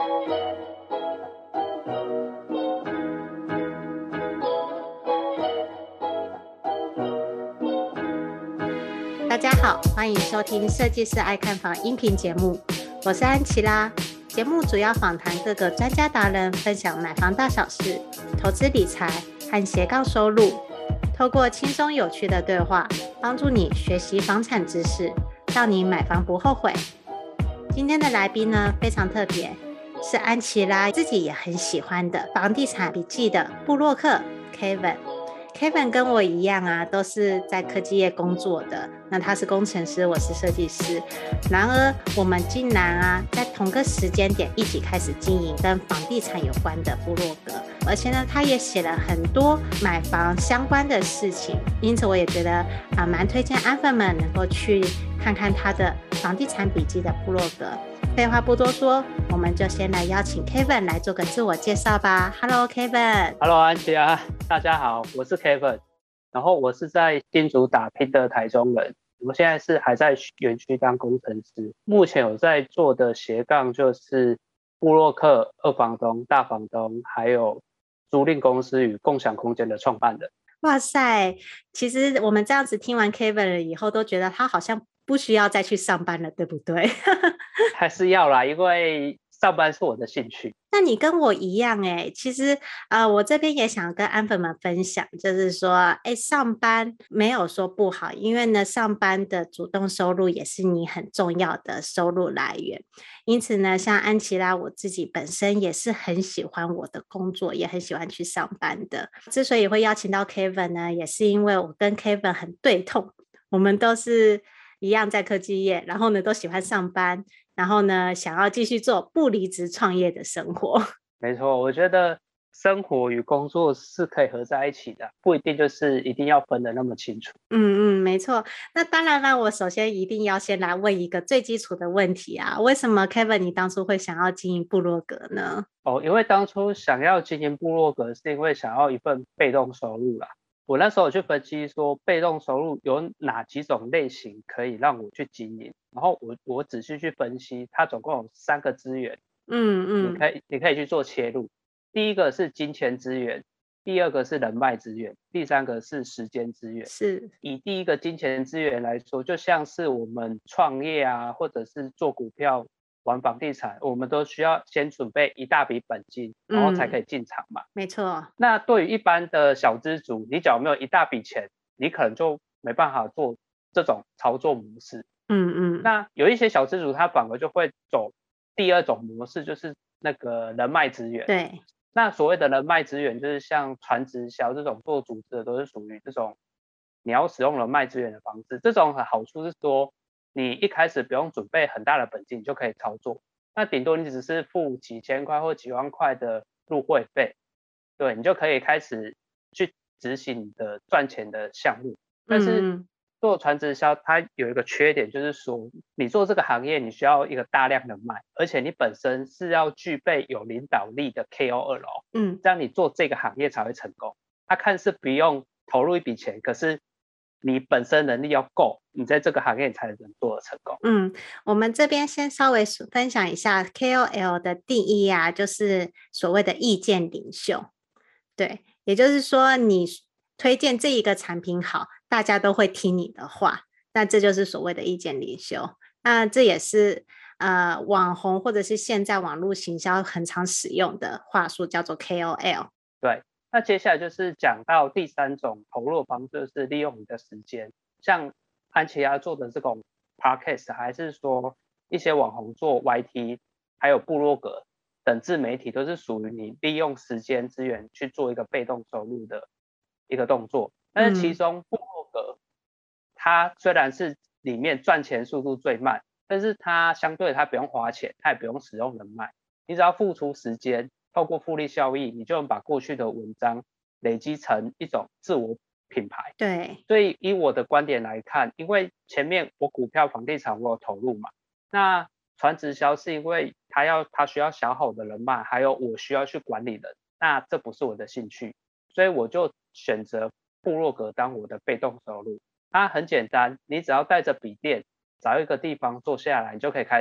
大家好，欢迎收听设计师爱看房音频节目，我是安琪拉。节目主要访谈各个专家达人，分享买房大小事、投资理财和斜杠收入，透过轻松有趣的对话，帮助你学习房产知识，让你买房不后悔。今天的来宾呢非常特别，是安琪拉自己也很喜欢的房地产笔记的部落客 Kevin。Kevin 跟我一样啊，都是在科技业工作的。那他是工程师，我是设计师。然而，我们竟然啊，在同个时间点一起开始经营跟房地产有关的部落格，而且呢，他也写了很多买房相关的事情。因此，我也觉得蛮推荐安粉们能够去看看他的房地产笔记的部落格。废话不多说，我们就先来邀请 Kevin 来做个自我介绍吧。Hello Kevin。Hello 安琪拉，大家好，我是 Kevin， 然后我是在新竹打拼的台中人，我现在还在园区当工程师，目前有在做的斜杠就是部落客、二房东、大房东，还有租赁公司与共享空间的创办人。 哇塞，其实我们这样子听完 Kevin 了以后，都觉得他好像不需要再去上班了，对不对？ 还是要啦，因为上班是我的兴趣。 那你跟我一样其实我这边也想跟安粉们分享，就是说上班没有说不好，因为呢上班的主动收入也是你很重要的收入来源。因此呢，像安琪拉我自己本身也是很喜欢我的工作，也很喜欢去上班的。之所以会邀请到 Kevin 呢，也是因为我跟 Kevin 很对痛，我们都是一样在科技业，然后呢都喜欢上班，然后呢想要继续做不离职创业的生活。 没错，我觉得生活与工作是可以合在一起的，不一定就是一定要分得那么清楚。 没错。那当然了，我首先一定要先来问一个最基础的问题啊，为什么 Kevin 你当初会想要经营部落格呢？ 因为当初想要经营部落格是因为想要一份被动收入啦。我那时候有去分析说被动收入有哪几种类型可以让我去经营，然后我仔细去分析，它总共有3个资源。你可以去做切入。第一个是金钱资源，第二个是人脉资源，第三个是时间资源。 是以第一个金钱资源来说，就像是我们创业啊，或者是做股票、玩房地产，我们都需要先准备一大笔本金，然后才可以进场嘛。 没错。 那对于一般的小资族，你只要没有一大笔钱，你可能就没办法做这种操作模式。那有一些小资族，他反而就会走第二种模式，就是那个人脉资源。 对。 那所谓的人脉资源，就是像传直销这种做组织的，都是属于这种你要使用人脉资源的方式。这种好处是说，你一开始不用准备很大的本金，你就可以操作。那顶多你只是付几千块或几万块的入会费，对，你就可以开始去执行你的赚钱的项目。但是做传直销它有一个缺点，就是说你做这个行业你需要一个大量的卖，而且你本身是要具备有领导力的 KOL， 这样你做这个行业才会成功。它看似不用投入一笔钱，可是你本身能力要够，你在这个行业才能做得成功。 我们这边先稍微分享一下 KOL 的定义啊，就是所谓的意见领袖。对，也就是说你推荐这一个产品好，大家都会听你的话，那这就是所谓的意见领袖。那这也是网红或者是现在网络行销很常使用的话术，叫做 KOL。 对，那接下来就是讲到第3种投入方式，就是利用你的时间，像安琪拉做的这种 podcast， 还是说一些网红做 YT， 还有部落格等自媒体，都是属于你利用时间资源去做一个被动收入的一个动作。但是其中部落格它虽然是里面赚钱速度最慢，但是它相对它不用花钱，它也不用使用人脉，你只要付出时间，透过复利效益，你就能把过去的文章累积成一种自我品牌。 对， 所以以我的观点来看，因为前面我股票房地产我有投入嘛，那传直销是因为它需要小好的人脉，还有我需要去管理人，那这不是我的兴趣，所以我就选择部落格当我的被动收入。它很简单，你只要带着笔电，找一个地方坐下来，你就可以开始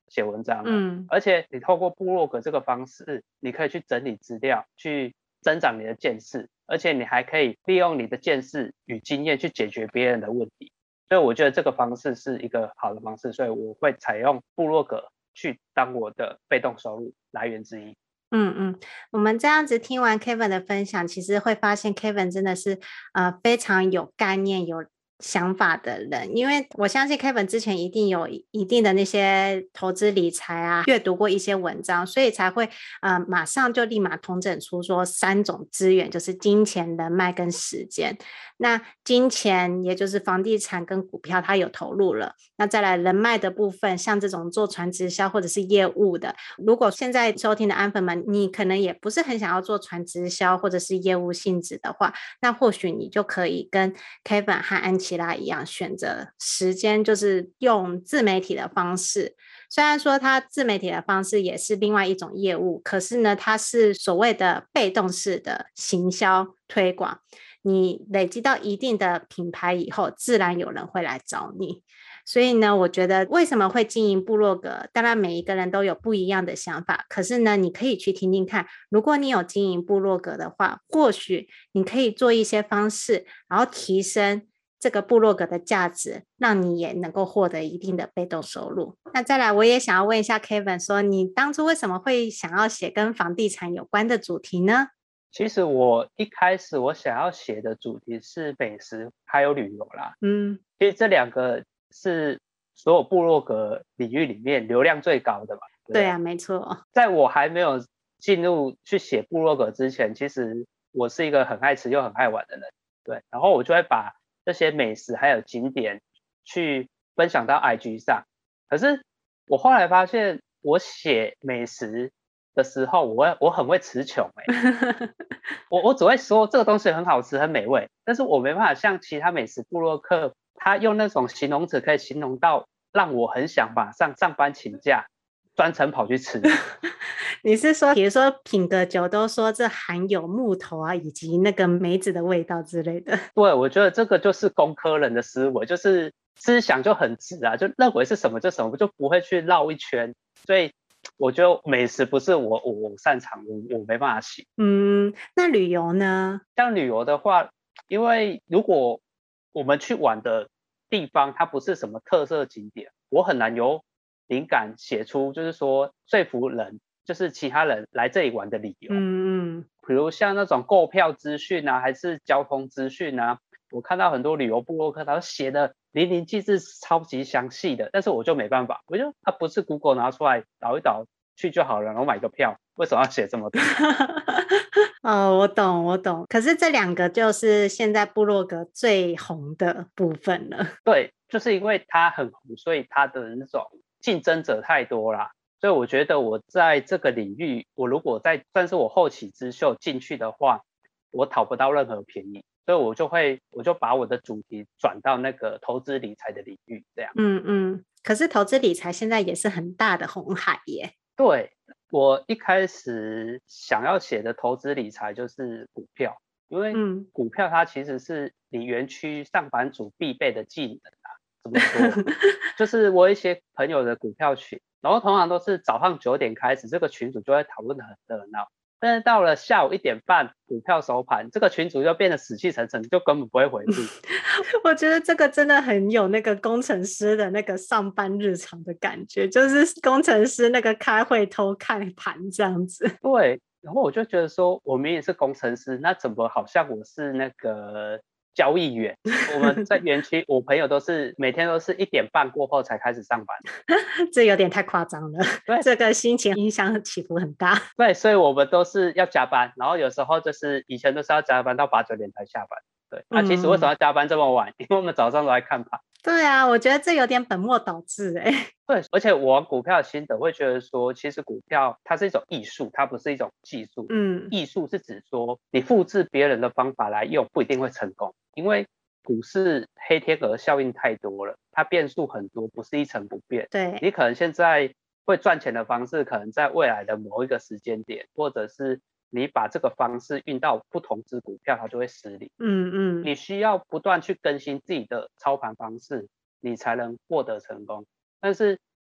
写文章了，而且你透过部落格这个方式，你可以去整理资料，去增长你的见识，而且你还可以利用你的见识与经验去解决别人的问题。所以我觉得这个方式是一个好的方式，所以我会采用部落格去当我的被动收入来源之一。 我们这样子听完 Kevin 的分享，其实会发现 Kevin 真的是非常有概念、有想法的人，因为我相信 Kevin 之前一定有一定的那些投资理财啊，阅读过一些文章，所以才会马上就立马统整出说3种资源，就是金钱、人脉跟时间。那金钱也就是房地产跟股票，他有投入了。那再来人脉的部分，像这种做传直销或者是业务的，如果现在收听的安粉们，你可能也不是很想要做传直销或者是业务性质的话，那或许你就可以跟 Kevin 和安琪拉一样，选择时间就是用自媒体的方式。虽然说它自媒体的方式也是另外一种业务，可是呢，它是所谓的被动式的行销推广。你累积到一定的品牌以后，自然有人会来找你。所以呢，我觉得为什么会经营部落格，当然每一个人都有不一样的想法，可是呢，你可以去听听看，如果你有经营部落格的话，或许你可以做一些方式，然后提升这个部落格的价值，让你也能够获得一定的被动收入。那再来，我也想要问一下 Kevin 说，你当初为什么会想要写跟房地产有关的主题呢？ 其实我一开始我想要写的主题是美食还有旅游啦。其实这2个是所有部落格领域里面流量最高的嘛。 对啊，没错。 在我还没有进入去写部落格之前，其实我是一个很爱吃又很爱玩的人。对，然后我就会把这些美食还有景点去分享到 IG 上。可是我后来发现，我写美食的时候，我很会词穷我只会说这个东西很好吃很美味，但是我没办法像其他美食部落客，他用那种形容词可以形容到让我很想马上上班请假专程跑去吃。 你是说比如说品个酒都说这含有木头啊以及那个梅子的味道之类的？ 对，我觉得这个就是工科人的思维，就是思想就很直啊，就认为是什么就什么，就不会去绕一圈。所以我觉得美食不是我擅长，我没办法写。 那旅游呢？ 像旅游的话，因为如果我们去玩的地方它不是什么特色景点，我很难有灵感写出就是说说服人，就是其他人来这里玩的理由。比如像那种购票资讯啊，还是交通资讯啊，我看到很多旅游部落客他写的淋漓尽致，超级详细的，但是我就没办法，我就他不是 Google 拿出来导一导去就好了，然后买个票，为什么要写这么多？ 哦，我懂。可是这2个就是现在部落格最红的部分了。 对，就是因为它很红，所以它的那种竞争者太多啦。所以我觉得我在这个领域，我如果算是我后起之秀进去的话，我讨不到任何便宜，所以我就把我的主题转到那个投资理财的领域，这样。 可是投资理财现在也是很大的红海耶。 对，我一开始想要写的投资理财就是股票，因为股票它其实是你园区上班族必备的技能啊。怎么说？就是我一些朋友的股票群，然后通常都是早上9点开始，这个群组就会讨论得很热闹。但是到了下午1点半，股票收盘，这个群组就变得死气沉沉，就根本不会回复。 我觉得这个真的很有那个工程师的那个上班日常的感觉，就是工程师那个开会偷看盘这样子。 对，然后我就觉得说，我明明是工程师，那怎么好像我是那个交易员？我们在园区，我朋友都是每天都是1点半过后才开始上班。 这有点太夸张了。 对， 这个心情影响起伏很大。 对，所以我们都是要加班，然后有时候就是以前都是要加班到8、9点才下班。对，那其实为什么要加班这么晚？因为我们早上都在看盘。 对啊，我觉得这有点本末倒置对，而且我玩股票的心得会觉得说，其实股票它是一种艺术，它不是一种技术。艺术是指说你复制别人的方法来用，不一定会成功，因为股市黑天鹅效应太多了，它变数很多，不是一成不变。 对， 你可能现在会赚钱的方式，可能在未来的某一个时间点，或者是你把这个方式运到不同只股票，它就会失灵。你需要不断去更新自己的操盘方式，你才能获得成功。但是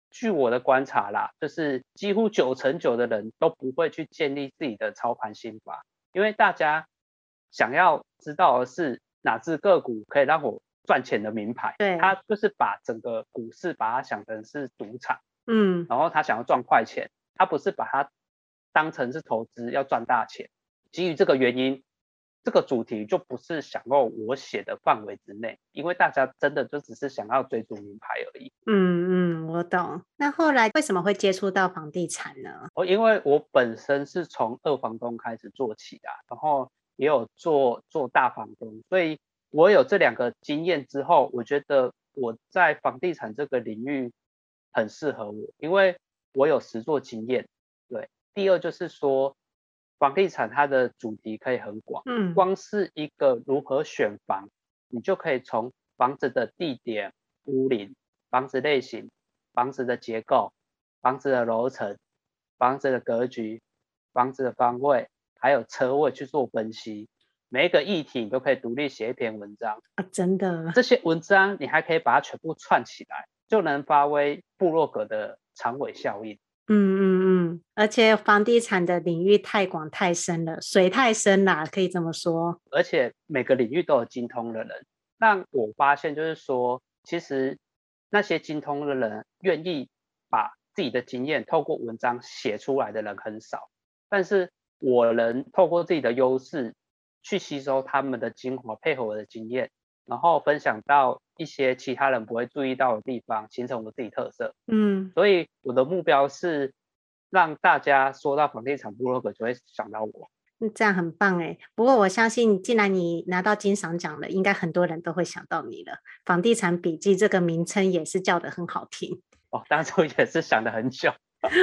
据我的观察啦，就是几乎99%的人都不会去建立自己的操盘心法，因为大家想要知道的是哪只个股可以让我赚钱的名牌。 对， 他就是把整个股市把它想成是赌场， 嗯， 然后他想要赚快钱，他不是把它当成是投资要赚大钱。基于这个原因，这个主题就不是想要我写的范围之内，因为大家真的就只是想要追逐名牌而已。 我懂。那后来为什么会接触到房地产呢？ 因为我本身是从二房东开始做起的，然后也有做大房东，所以我有这2个经验之后，我觉得我在房地产这个领域很适合我，因为我有实作经验。对，第二就是说房地产它的主题可以很广，光是一个如何选房，你就可以从房子的地点、屋龄、房子类型、房子的结构、房子的楼层、房子的格局、房子的方位，还有车位去做分析。每一个议题你都可以独立写一篇文章啊，真的。 这些文章你还可以把它全部串起来，就能发挥部落格的长尾效应。 而且房地产的领域太广太深了，水太深啦，可以这么说。 而且每个领域都有精通的人，让我发现就是说，其实那些精通的人愿意把自己的经验透过文章写出来的人很少，但是我能透过自己的优势去吸收他们的精华，配合我的经验，然后分享到一些其他人不会注意到的地方，形成我自己特色。所以我的目标是让大家说到房地产部落格就会想到我。 这样很棒耶。不过我相信既然你拿到金赏奖了，应该很多人都会想到你了。房地产笔记这个名称也是叫得很好听。 当初也是想了很久。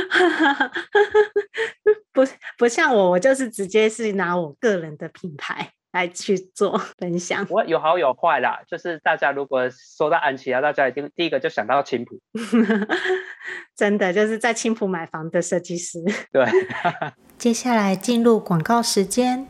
不像我就是直接是拿我个人的品牌来去做分享。 我有好有坏啦，就是大家如果说到安琪拉，大家一定第一个就想到青埔。 真的就是在青埔买房的设计师。 对。 接下来进入广告时间。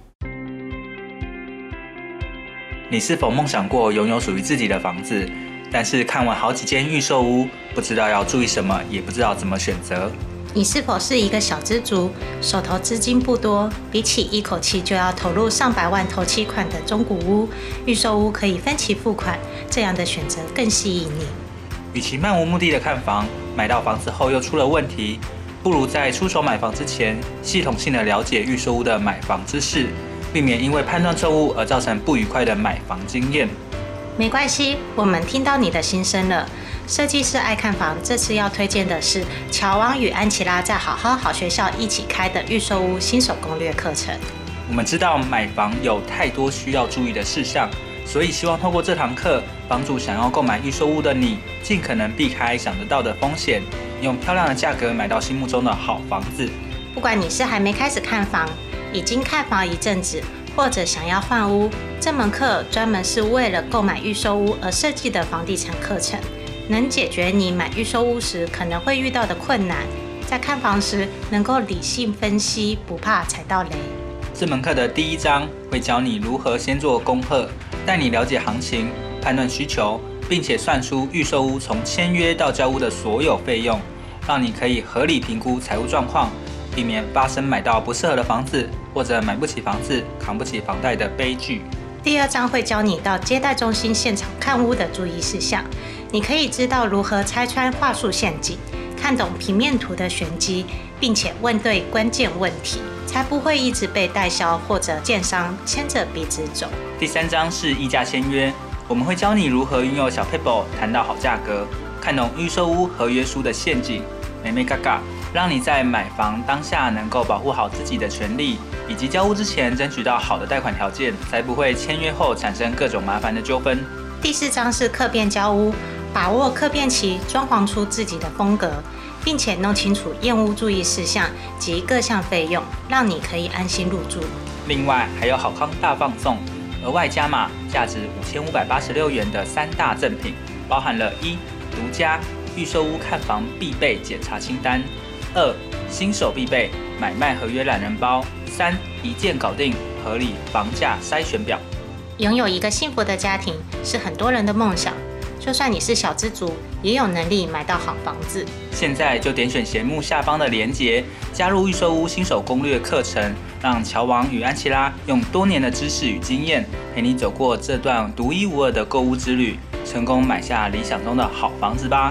你是否梦想过拥有属于自己的房子，但是看完好几间预售屋，不知道要注意什么，也不知道怎么选择？ 你是否是一个小资族，手头资金不多，比起一口气就要投入上百万头期款的中古屋，预售屋可以分期付款，这样的选择更吸引你。 与其漫无目的的看房，买到房子后又出了问题，不如在出手买房之前，系统性的了解预售屋的买房知识，避免因为判断错误而造成不愉快的买房经验。 没关系，我们听到你的心声了。设计师爱看房这次要推荐的是乔王与安琪拉在好好好学校一起开的预售屋新手攻略课程。 我们知道买房有太多需要注意的事项，所以希望透过这堂课，帮助想要购买预售屋的你，尽可能避开想得到的风险，用漂亮的价格买到心目中的好房子。 不管你是还没开始看房，已经看房一阵子，或者想要换屋，这门课专门是为了购买预售屋而设计的房地产课程，能解决你买预售屋时可能会遇到的困难，在看房时能够理性分析，不怕踩到雷。 这门课的第1章会教你如何先做功课，带你了解行情，判断需求，并且算出预售屋从签约到交屋的所有费用，让你可以合理评估财务状况，避免发生买到不适合的房子，或者买不起房子、扛不起房贷的悲剧。 第2章会教你到接待中心现场看屋的注意事项，你可以知道如何拆穿话术陷阱，看懂平面图的玄机，并且问对关键问题，才不会一直被代销或者建商牵着鼻子走。 第3章是议价签约，我们会教你如何运用小 paper 谈到好价格，看懂预售屋合约书的陷阱，眉眉角角，让你在买房当下能够保护好自己的权利，以及交屋之前争取到好的贷款条件，才不会签约后产生各种麻烦的纠纷。 第4章是客变交屋，把握客变期，装潢出自己的风格，并且弄清楚验屋注意事项及各项费用，让你可以安心入住。 另外还有好康大放送，额外加码价值5586元的3大赠品，包含了1、独家预售屋看房必备检查清单；2、新手必备买卖合约懒人包；3、一键搞定合理房价筛选表。 拥有一个幸福的家庭是很多人的梦想， 就算你是小资族，也有能力买到好房子。 现在就点选节目下方的连结，加入预售屋新手攻略课程，让乔王与安琪拉用多年的知识与经验，陪你走过这段独一无二的购屋之旅，成功买下理想中的好房子吧。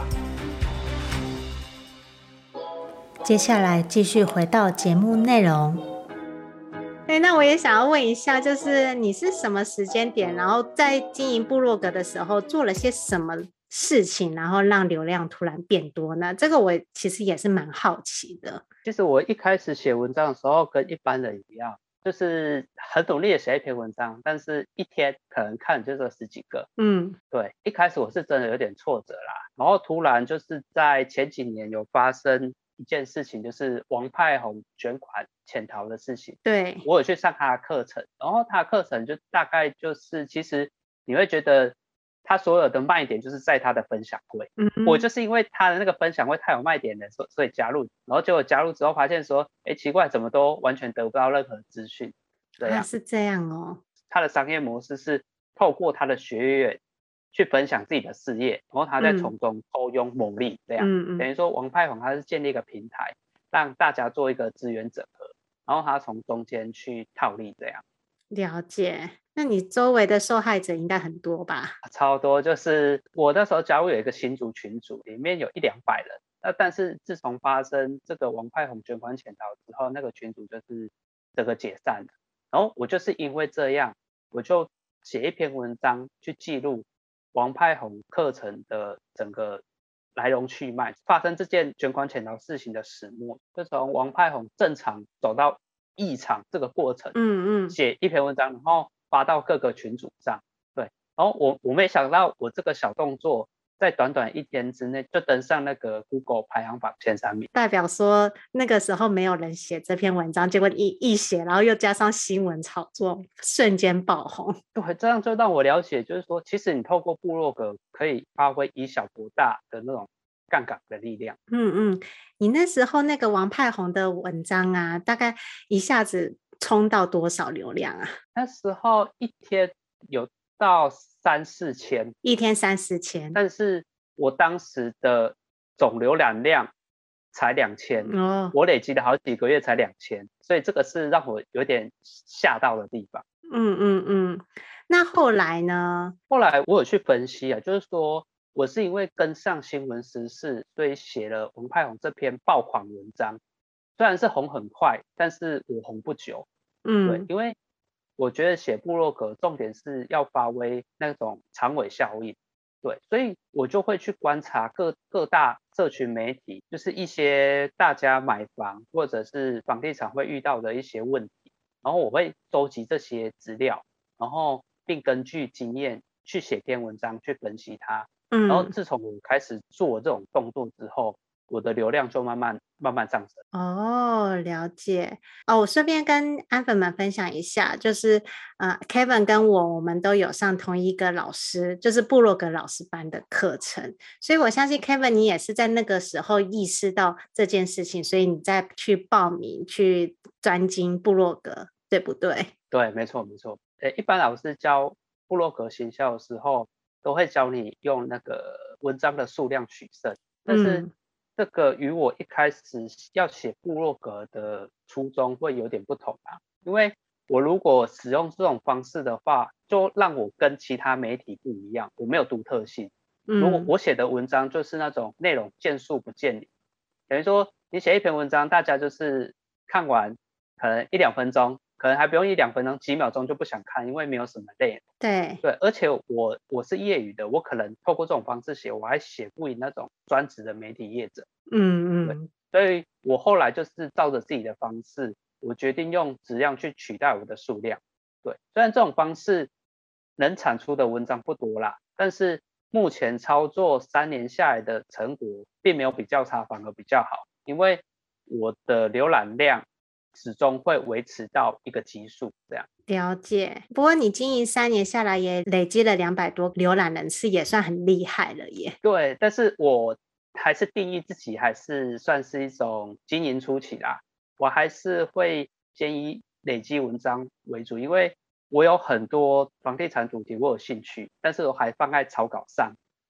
接下来继续回到节目内容。那我也想要问一下，就是你是什么时间点，然后在经营部落格的时候做了些什么事情，然后让流量突然变多呢？这个我其实也是蛮好奇的。 其实我一开始写文章的时候跟一般人一样，就是很努力的写一篇文章，但是一天可能看就这10几个。对，一开始我是真的有点挫折啦，然后突然就是在前几年有发生一件事情，就是王派宏卷款潜逃的事情。 对， 我有去上他的课程，然后他的课程就大概就是其实你会觉得他所有的卖点就是在他的分享会。我就是因为他的那个分享会太有卖点了，所以加入，然后结果加入之后发现说，奇怪，怎么都完全得不到任何资讯。 是这样哦。 他的商业模式是透过他的学员去分享自己的事业，然后他再从中偷用牟利，这样。等于说王派宏他是建立一个平台，让大家做一个资源整合，然后他从中间去套利，这样。 了解。那你周围的受害者应该很多吧？ 超多，就是我那时候加入有一个新竹群组，里面有100-200人。但是自从发生这个王派宏卷款潜逃之后，那个群组就是整个解散了。然后我就是因为这样，我就写一篇文章去记录王派宏课程的整个来龙去脉，发生这件卷款潜逃事情的始末，就从王派宏正常走到异常这个过程，写一篇文章，然后发到各个群组上。对，然后我没想到我这个小动作在短短1天之内就登上那个 Google 排行榜前3名， 代表说那个时候没有人写这篇文章，结果一写，然后又加上新闻炒作，瞬间爆红。 对，这样就让我了解，就是说其实你透过部落格可以发挥以小博大的那种杠杆的力量。 你那时候那个王派宏的文章啊，大概一下子冲到多少流量啊？ 那时候一天有到3-4千， 一天3-4千， 但是我当时的总浏览量才2000，我累积了好几个月才2000，所以这个是让我有点吓到的地方。 那后来呢？ 后来我有去分析啊，就是说我是因为跟上新闻时事，所以写了王派宏这篇爆款文章。虽然是红很快，但是我红不久。对，因为我觉得写部落格重点是要发挥那种长尾效应。对，所以我就会去观察各大社群媒体，就是一些大家买房或者是房地产会遇到的一些问题，然后我会收集这些资料，然后并根据经验去写篇文章去分析它。然后自从我开始做这种动作之后，我的流量就慢慢上升。 了解。我顺便跟安粉们分享一下，就是Kevin 跟我们都有上同一个老师，就是部落格老师班的课程，所以我相信 Kevin 你也是在那个时候意识到这件事情，所以你再去报名去专精部落格，对不对？ 对，没错。一般老师教部落格行销的时候，都会教你用那个文章的数量取胜，但是这个与我一开始要写部落格的初衷会有点不同啊。因为我如果使用这种方式的话，就让我跟其他媒体不一样，我没有独特性。如果我写的文章就是那种内容见树不见林，等于说你写一篇文章，大家就是看完可能1-2分钟，可能还不用1-2分钟，几秒钟就不想看，因为没有什么内容。 对， 而且我是业余的，我可能透过这种方式写，我还写不赢那种专职的媒体业者。所以我后来就是照着自己的方式，我决定用质量去取代我的数量。对，虽然这种方式能产出的文章不多啦，但是目前操作3年下来的成果并没有比较差，反而比较好，因为我的浏览量始终会维持到一个基数这样。 了解。不过你经营3年下来也累积了200多浏览人次，也算很厉害了耶。 对，但是我还是定义自己还是算是一种经营初期啦，我还是会建议累积文章为主，因为我有很多房地产主题我有兴趣，但是我还放在草稿上，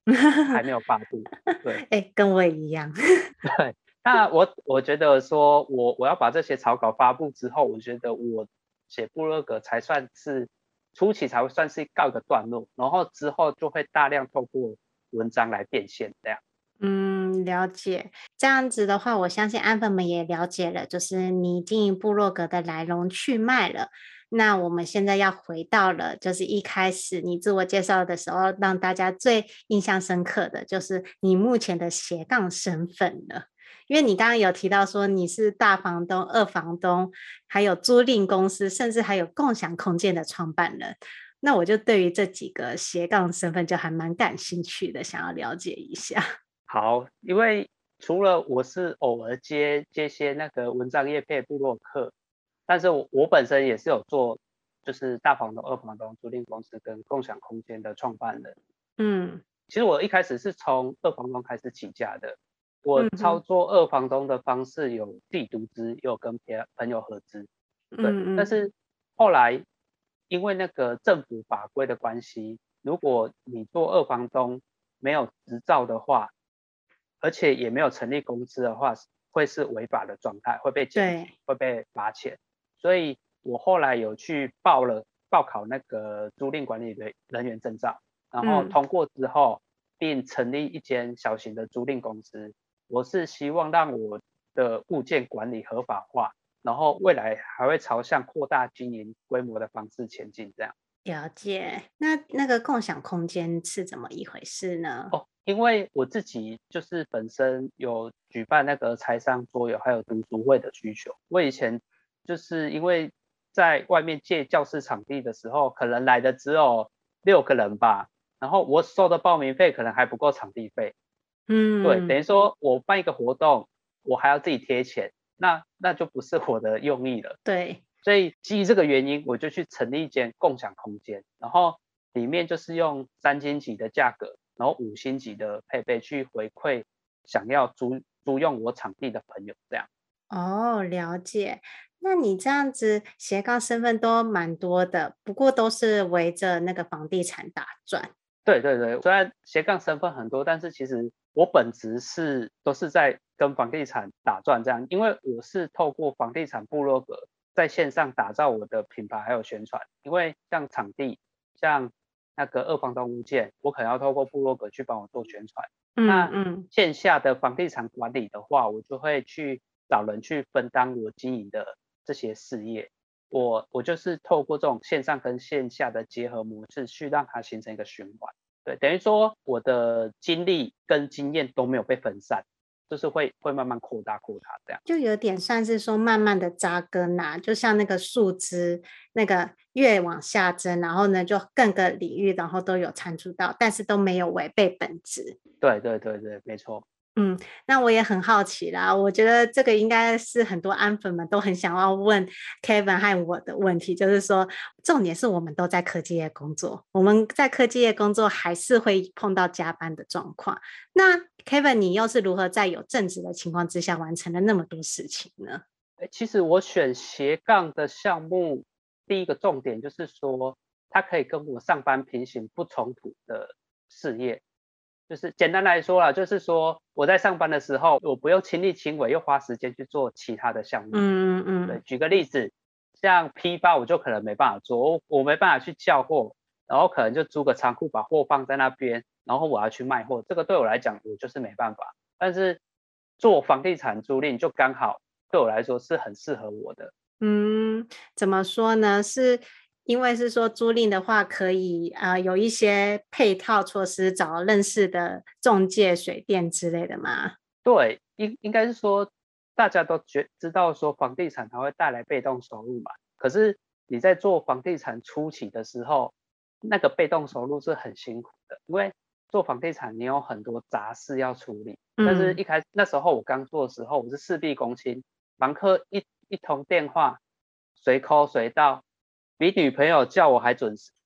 还没有发布。对， 哎，跟我一样。 对。那我觉得说我要把这些草稿发布之后，我觉得我写部落格才算是初期才会算是告一个段落，然后之后就会大量透过文章来变现这样。 了解。这样子的话，我相信安粉们也了解了，就是你经营部落格的来龙去脉了。那我们现在要回到了，就是一开始你自我介绍的时候，让大家最印象深刻的就是你目前的斜杠身份了。因为你刚刚有提到说你是大房东、二房东，还有租赁公司，甚至还有共享空间的创办人。那我就对于这几个斜杠身份就还蛮感兴趣的，想要了解一下。 好，因为除了我是偶尔接些那个文章业配部落客，但是我本身也是有做，就是大房东、二房东、租赁公司跟共享空间的创办人。其实我一开始是从二房东开始起家的。我操作二房东的方式有自己独资，也有跟朋友合资。对，但是后来因为那个政府法规的关系，如果你做二房东没有执照的话，而且也没有成立公司的话，会是违法的状态，会被检举，会被罚钱。所以我后来有去报考那个租赁管理的人员证照，然后通过之后，并成立一间小型的租赁公司。我是希望让我的物件管理合法化，然后未来还会朝向扩大经营规模的方式前进。这样。 了解。那个共享空间是怎么一回事呢？ 因为我自己就是本身有举办那个财商桌游还有读书会的需求。我以前就是因为在外面借教室场地的时候，可能来的只有6个人吧，然后我收的报名费可能还不够场地费。对，等于说我办一个活动，我还要自己贴钱，那就不是我的用意了。 对， 所以基于这个原因，我就去成立一间共享空间，然后里面就是用3星级的价格，然后5星级的配备去回馈想要租用我场地的朋友这样。 了解。那你这样子斜杠身份都蛮多的，不过都是围着那个房地产打转。 对对对，虽然斜杠身份很多，但是其实我本质都是在跟房地产打转这样，因为我是透过房地产部落格在线上打造我的品牌还有宣传。因为像场地，像那个二房东物件，我可能要透过部落格去帮我做宣传。那线下的房地产管理的话，我就会去找人去分担我经营的这些事业。我就是透过这种线上跟线下的结合模式，去让它形成一个循环。对，等于说我的精力跟经验都没有被分散，就是会慢慢扩大这样。 就有点算是说慢慢的扎根啊，就像那个树枝，那个越往下针，然后呢就各个领域，然后都有参触到，但是都没有违背本质。 对对对对，没错。 那我也很好奇啦，我觉得这个应该是很多安粉们都很想要问 Kevin 和我的问题，就是说重点是我们都在科技业工作，我们在科技业工作还是会碰到加班的状况。那 Kevin 你又是如何在有正职的情况之下完成了那么多事情呢？ 其实我选斜杠的项目，第一个重点就是说它可以跟我上班平行不冲突的事业。就是简单来说啦，就是说我在上班的时候，我不用亲力亲为，又花时间去做其他的项目。对，举个例子，像批发我就可能没办法做，我没办法去叫货，然后可能就租个仓库把货放在那边，然后我要去卖货，这个对我来讲我就是没办法。但是做房地产租赁就刚好对我来说是很适合我的。 怎么说呢？是因为是说租赁的话，可以有一些配套措施，找认识的中介、水电之类的吗？ 对，应该是说大家都知道说房地产它会带来被动收入嘛，可是你在做房地产初期的时候，那个被动收入是很辛苦的，因为做房地产你有很多杂事要处理。但是那时候我刚做的时候，我是事必躬亲，房客一通电话随 call 随到，比女朋友叫我还准时。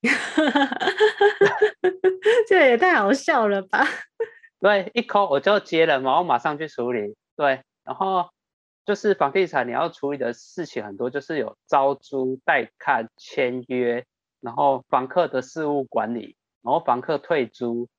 这也太好笑了吧。 对，一 call 我就接了，然后马上去处理。对，然后就是房地产你要处理的事情很多，就是有招租、带看、签约，然后房客的事务管理，然后房客退租，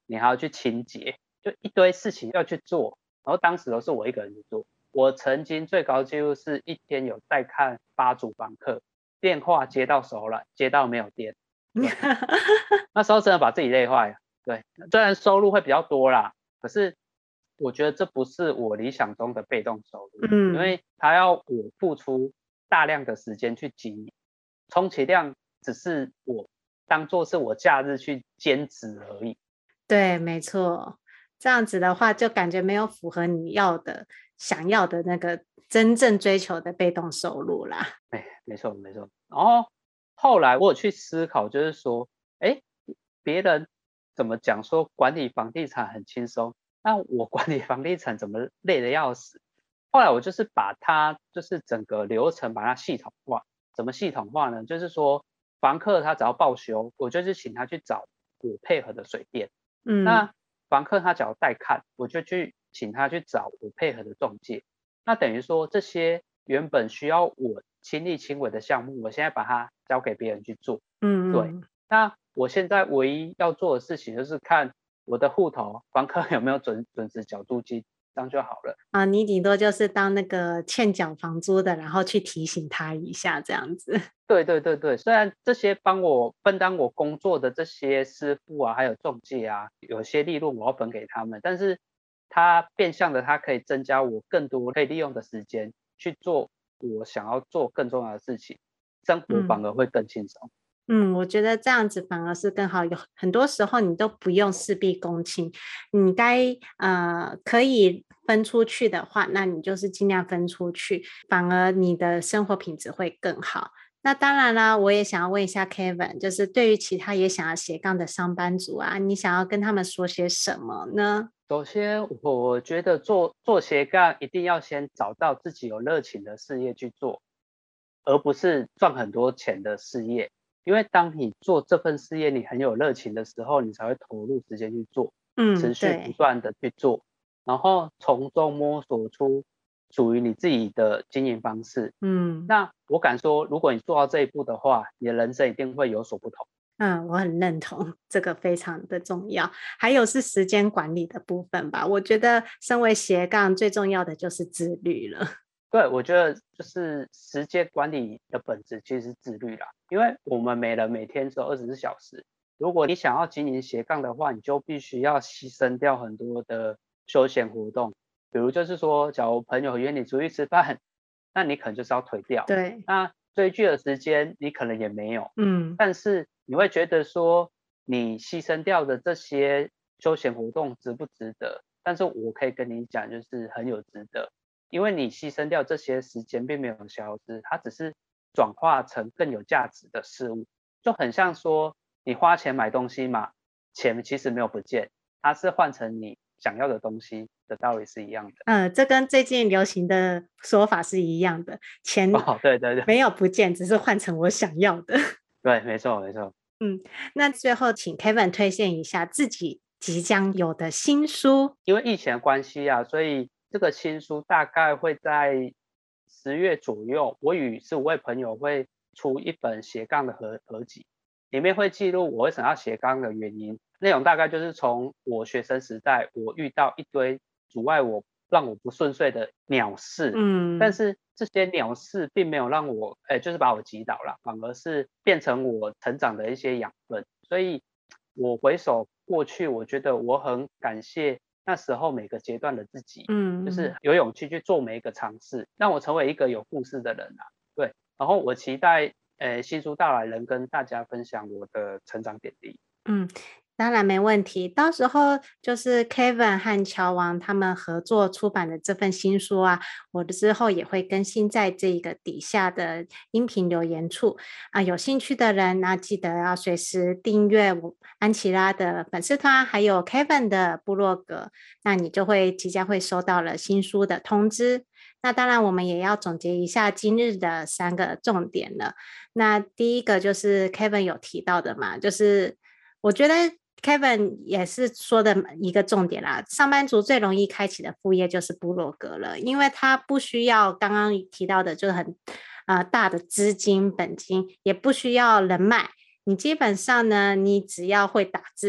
你还要去清洁，就一堆事情要去做。然后当时都是我一个人去做。我曾经最高纪录是一天有带看8组房客，电话接到手软，接到没有电。那时候真的把自己累坏了。对，虽然收入会比较多啦，可是我觉得这不是我理想中的被动收入，因为他要我付出大量的时间去经营，充其量只是我当做是我假日去兼职而已。 对，没错，这样子的话就感觉没有符合你想要的那个真正追求的被动收入啦。 没错。然后后来我有去思考，就是说别人怎么讲说管理房地产很轻松，那我管理房地产怎么累得要死。后来我就是把它就是整个流程把它系统化。怎么系统化呢？就是说房客他只要报修，我就是请他去找我配合的水电。那房客他只要带看，我就去请他去找我配合的中介。那等于说这些原本需要我亲力亲为的项目，我现在把它交给别人去做。对。那我现在唯一要做的事情就是看我的户头房客有没有准时缴租金，这样就好了。 你顶多就是当那个欠缴房租的，然后去提醒他一下这样子。 对，虽然这些帮我分担我工作的这些师傅啊，还有中介啊，有些利润我要分给他们，但是他变相的他可以增加我更多可以利用的时间去做我想要做更重要的事情，生活反而会更轻松。 我觉得这样子反而是更好。有很多时候你都不用事必躬亲，你该可以分出去的话，那你就是尽量分出去，反而你的生活品质会更好。那当然啦，我也想要问一下 Kevin， 就是对于其他也想要斜杠的上班族啊，你想要跟他们说些什么呢？ 首先我觉得做斜杠一定要先找到自己有热情的事业去做，而不是赚很多钱的事业。因为当你做这份事业你很有热情的时候，你才会投入时间去做，持续不断的去做，然后从中摸索出属于你自己的经营方式。那我敢说，如果你做到这一步的话，你的人生一定会有所不同。 我很认同，这个非常的重要。还有是时间管理的部分吧，我觉得身为斜杠最重要的就是自律了。 对，我觉得就是时间管理的本质其实是自律啦，因为我们每人每天只有24小时，如果你想要经营斜杠的话，你就必须要牺牲掉很多的休闲活动，比如就是说，假如朋友约你出去吃饭，那你可能就是要推掉。 对。 那追剧的时间你可能也没有。但是你会觉得说，你牺牲掉的这些休闲活动值不值得？但是我可以跟你讲，就是很有值得。因为你牺牲掉这些时间并没有消失，它只是转化成更有价值的事物，就很像说你花钱买东西嘛，钱其实没有不见，它是换成你想要的东西的道理是一样的。 这跟最近流行的说法是一样的，钱对没有不见，只是换成我想要的。 对，没错。 那最后请 Kevin 推荐一下自己即将有的新书。 因为疫情的关系啊，所以这个新书大概会在10月左右，我与15位朋友会出一本斜杠的合集，里面会记录我为什么要斜杠的原因，内容大概就是从我学生时代我遇到一堆阻碍我让我不顺遂的鸟事，但是这些鸟事并没有让我就是把我击倒了，反而是变成我成长的一些养分。所以我回首过去，我觉得我很感谢那时候每个阶段的自己，就是有勇气去做每一个尝试，让我成为一个有故事的人啊。对，然后我期待新书到来能跟大家分享我的成长点滴。 当然没问题，到时候就是 Kevin 和乔王他们合作出版的这份新书啊，我之后也会更新在这个底下的音频留言处啊，有兴趣的人那记得要随时订阅安琪拉的粉丝团，还有 Kevin 的部落格，那你就会即将会收到了新书的通知。那当然我们也要总结一下今日的3个重点了。那第一个就是 Kevin 有提到的嘛，就是我觉得Kevin 也是说的一个重点啦，上班族最容易开启的副业就是部落格了，因为他不需要刚刚提到的就是很大的资金本金，也不需要人脉，你基本上呢，你只要会打字，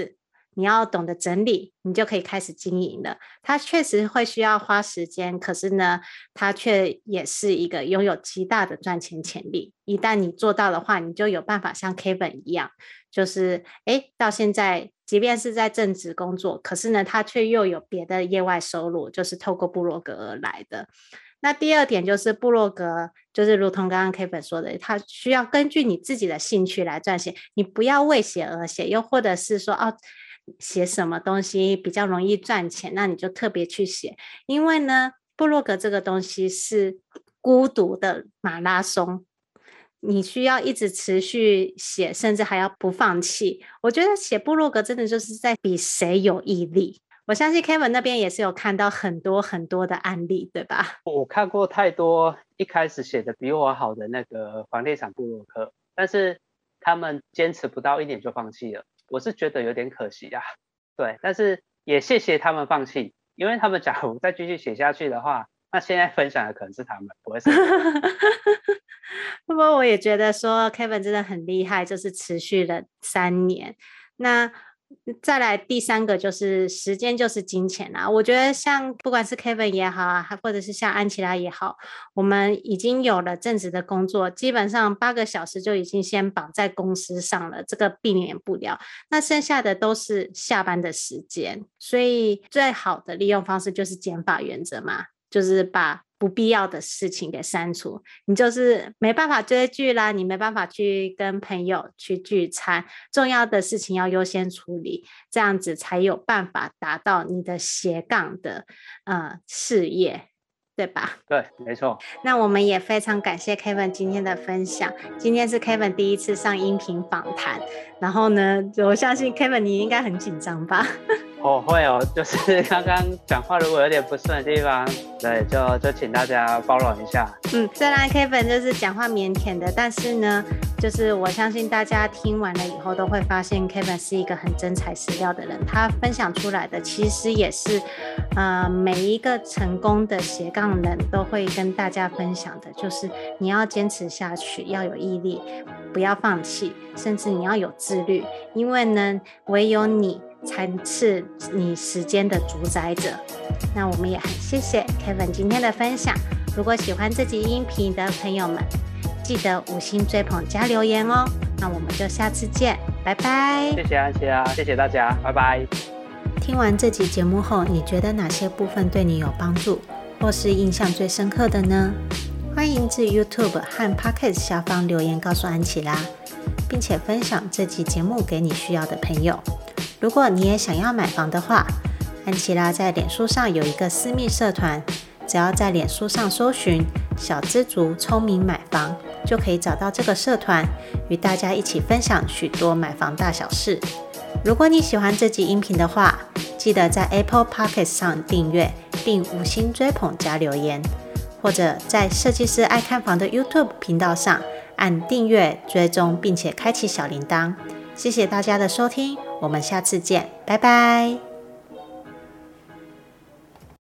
你要懂得整理，你就可以开始经营了。它确实会需要花时间，可是呢，它却也是一个拥有极大的赚钱潜力。一旦你做到的话，你就有办法像 Kevin 一样，就是到现在即便是在正职工作，可是呢，他却又有别的业外收入，就是透过部落格而来的。那第二点就是部落格，就是如同刚刚 Kevin 说的，它需要根据你自己的兴趣来撰写，你不要为写而写，又或者是说写什么东西比较容易赚钱，那你就特别去写。因为呢，部落格这个东西是孤独的马拉松，你需要一直持续写，甚至还要不放弃。我觉得写部落格真的就是在比谁有毅力。我相信 Kevin 那边也是有看到很多很多的案例，对吧？ 我看过太多一开始写的比我好的那个房地产部落客，但是他们坚持不到1年就放弃了，我是觉得有点可惜啊。对，但是也谢谢他们放弃，因为他们假如再继续写下去的话，那现在分享的可能是他们，不会是我。 不过我也觉得说 Kevin 真的很厉害，就是持续了3年。那再来第3个就是时间就是金钱啊。我觉得像不管是 Kevin 也好啊，或者是像安琪拉也好，我们已经有了正职的工作，基本上8个小时就已经先绑在公司上了，这个避免不了。那剩下的都是下班的时间，所以最好的利用方式就是减法原则嘛，就是把不必要的事情给删除。你就是没办法追剧啦，你没办法去跟朋友去聚餐，重要的事情要优先处理，这样子才有办法达到你的斜杠的事业，对吧？ 对，没错。 那我们也非常感谢 Kevin 今天的分享。今天是 Kevin 第一次上音频访谈，然后呢，我相信 Kevin 你应该很紧张吧？ 会哦，就是刚刚讲话如果有点不顺的地方，对，就请大家包容一下。 虽然 Kevin 就是讲话腼腆的，但是呢，就是我相信大家听完了以后都会发现 Kevin 是一个很真材实料的人。他分享出来的其实也是每一个成功的斜杠人都会跟大家分享的，就是你要坚持下去，要有毅力，不要放弃，甚至你要有自律，因为呢，唯有你才是你时间的主宰者。那我们也很谢谢 Kevin 今天的分享。如果喜欢这集音频的朋友们，记得5星追捧加留言哦。那我们就下次见，拜拜。 谢谢安琪拉，谢谢大家，拜拜。 听完这集节目后，你觉得哪些部分对你有帮助，或是印象最深刻的呢？欢迎至 YouTube 和 Podcast 下方留言告诉安琪拉，并且分享这集节目给你需要的朋友。如果你也想要买房的话，安琪拉在脸书上有一个私密社团，只要在脸书上搜寻小资族聪明买房，就可以找到这个社团，与大家一起分享许多买房大小事。如果你喜欢这集音频的话，记得在 Apple Podcast 上订阅并5星追捧加留言，或者在设计师爱看房的 YouTube 频道上按订阅追踪，并且开启小铃铛。谢谢大家的收听，我们下次见，拜拜。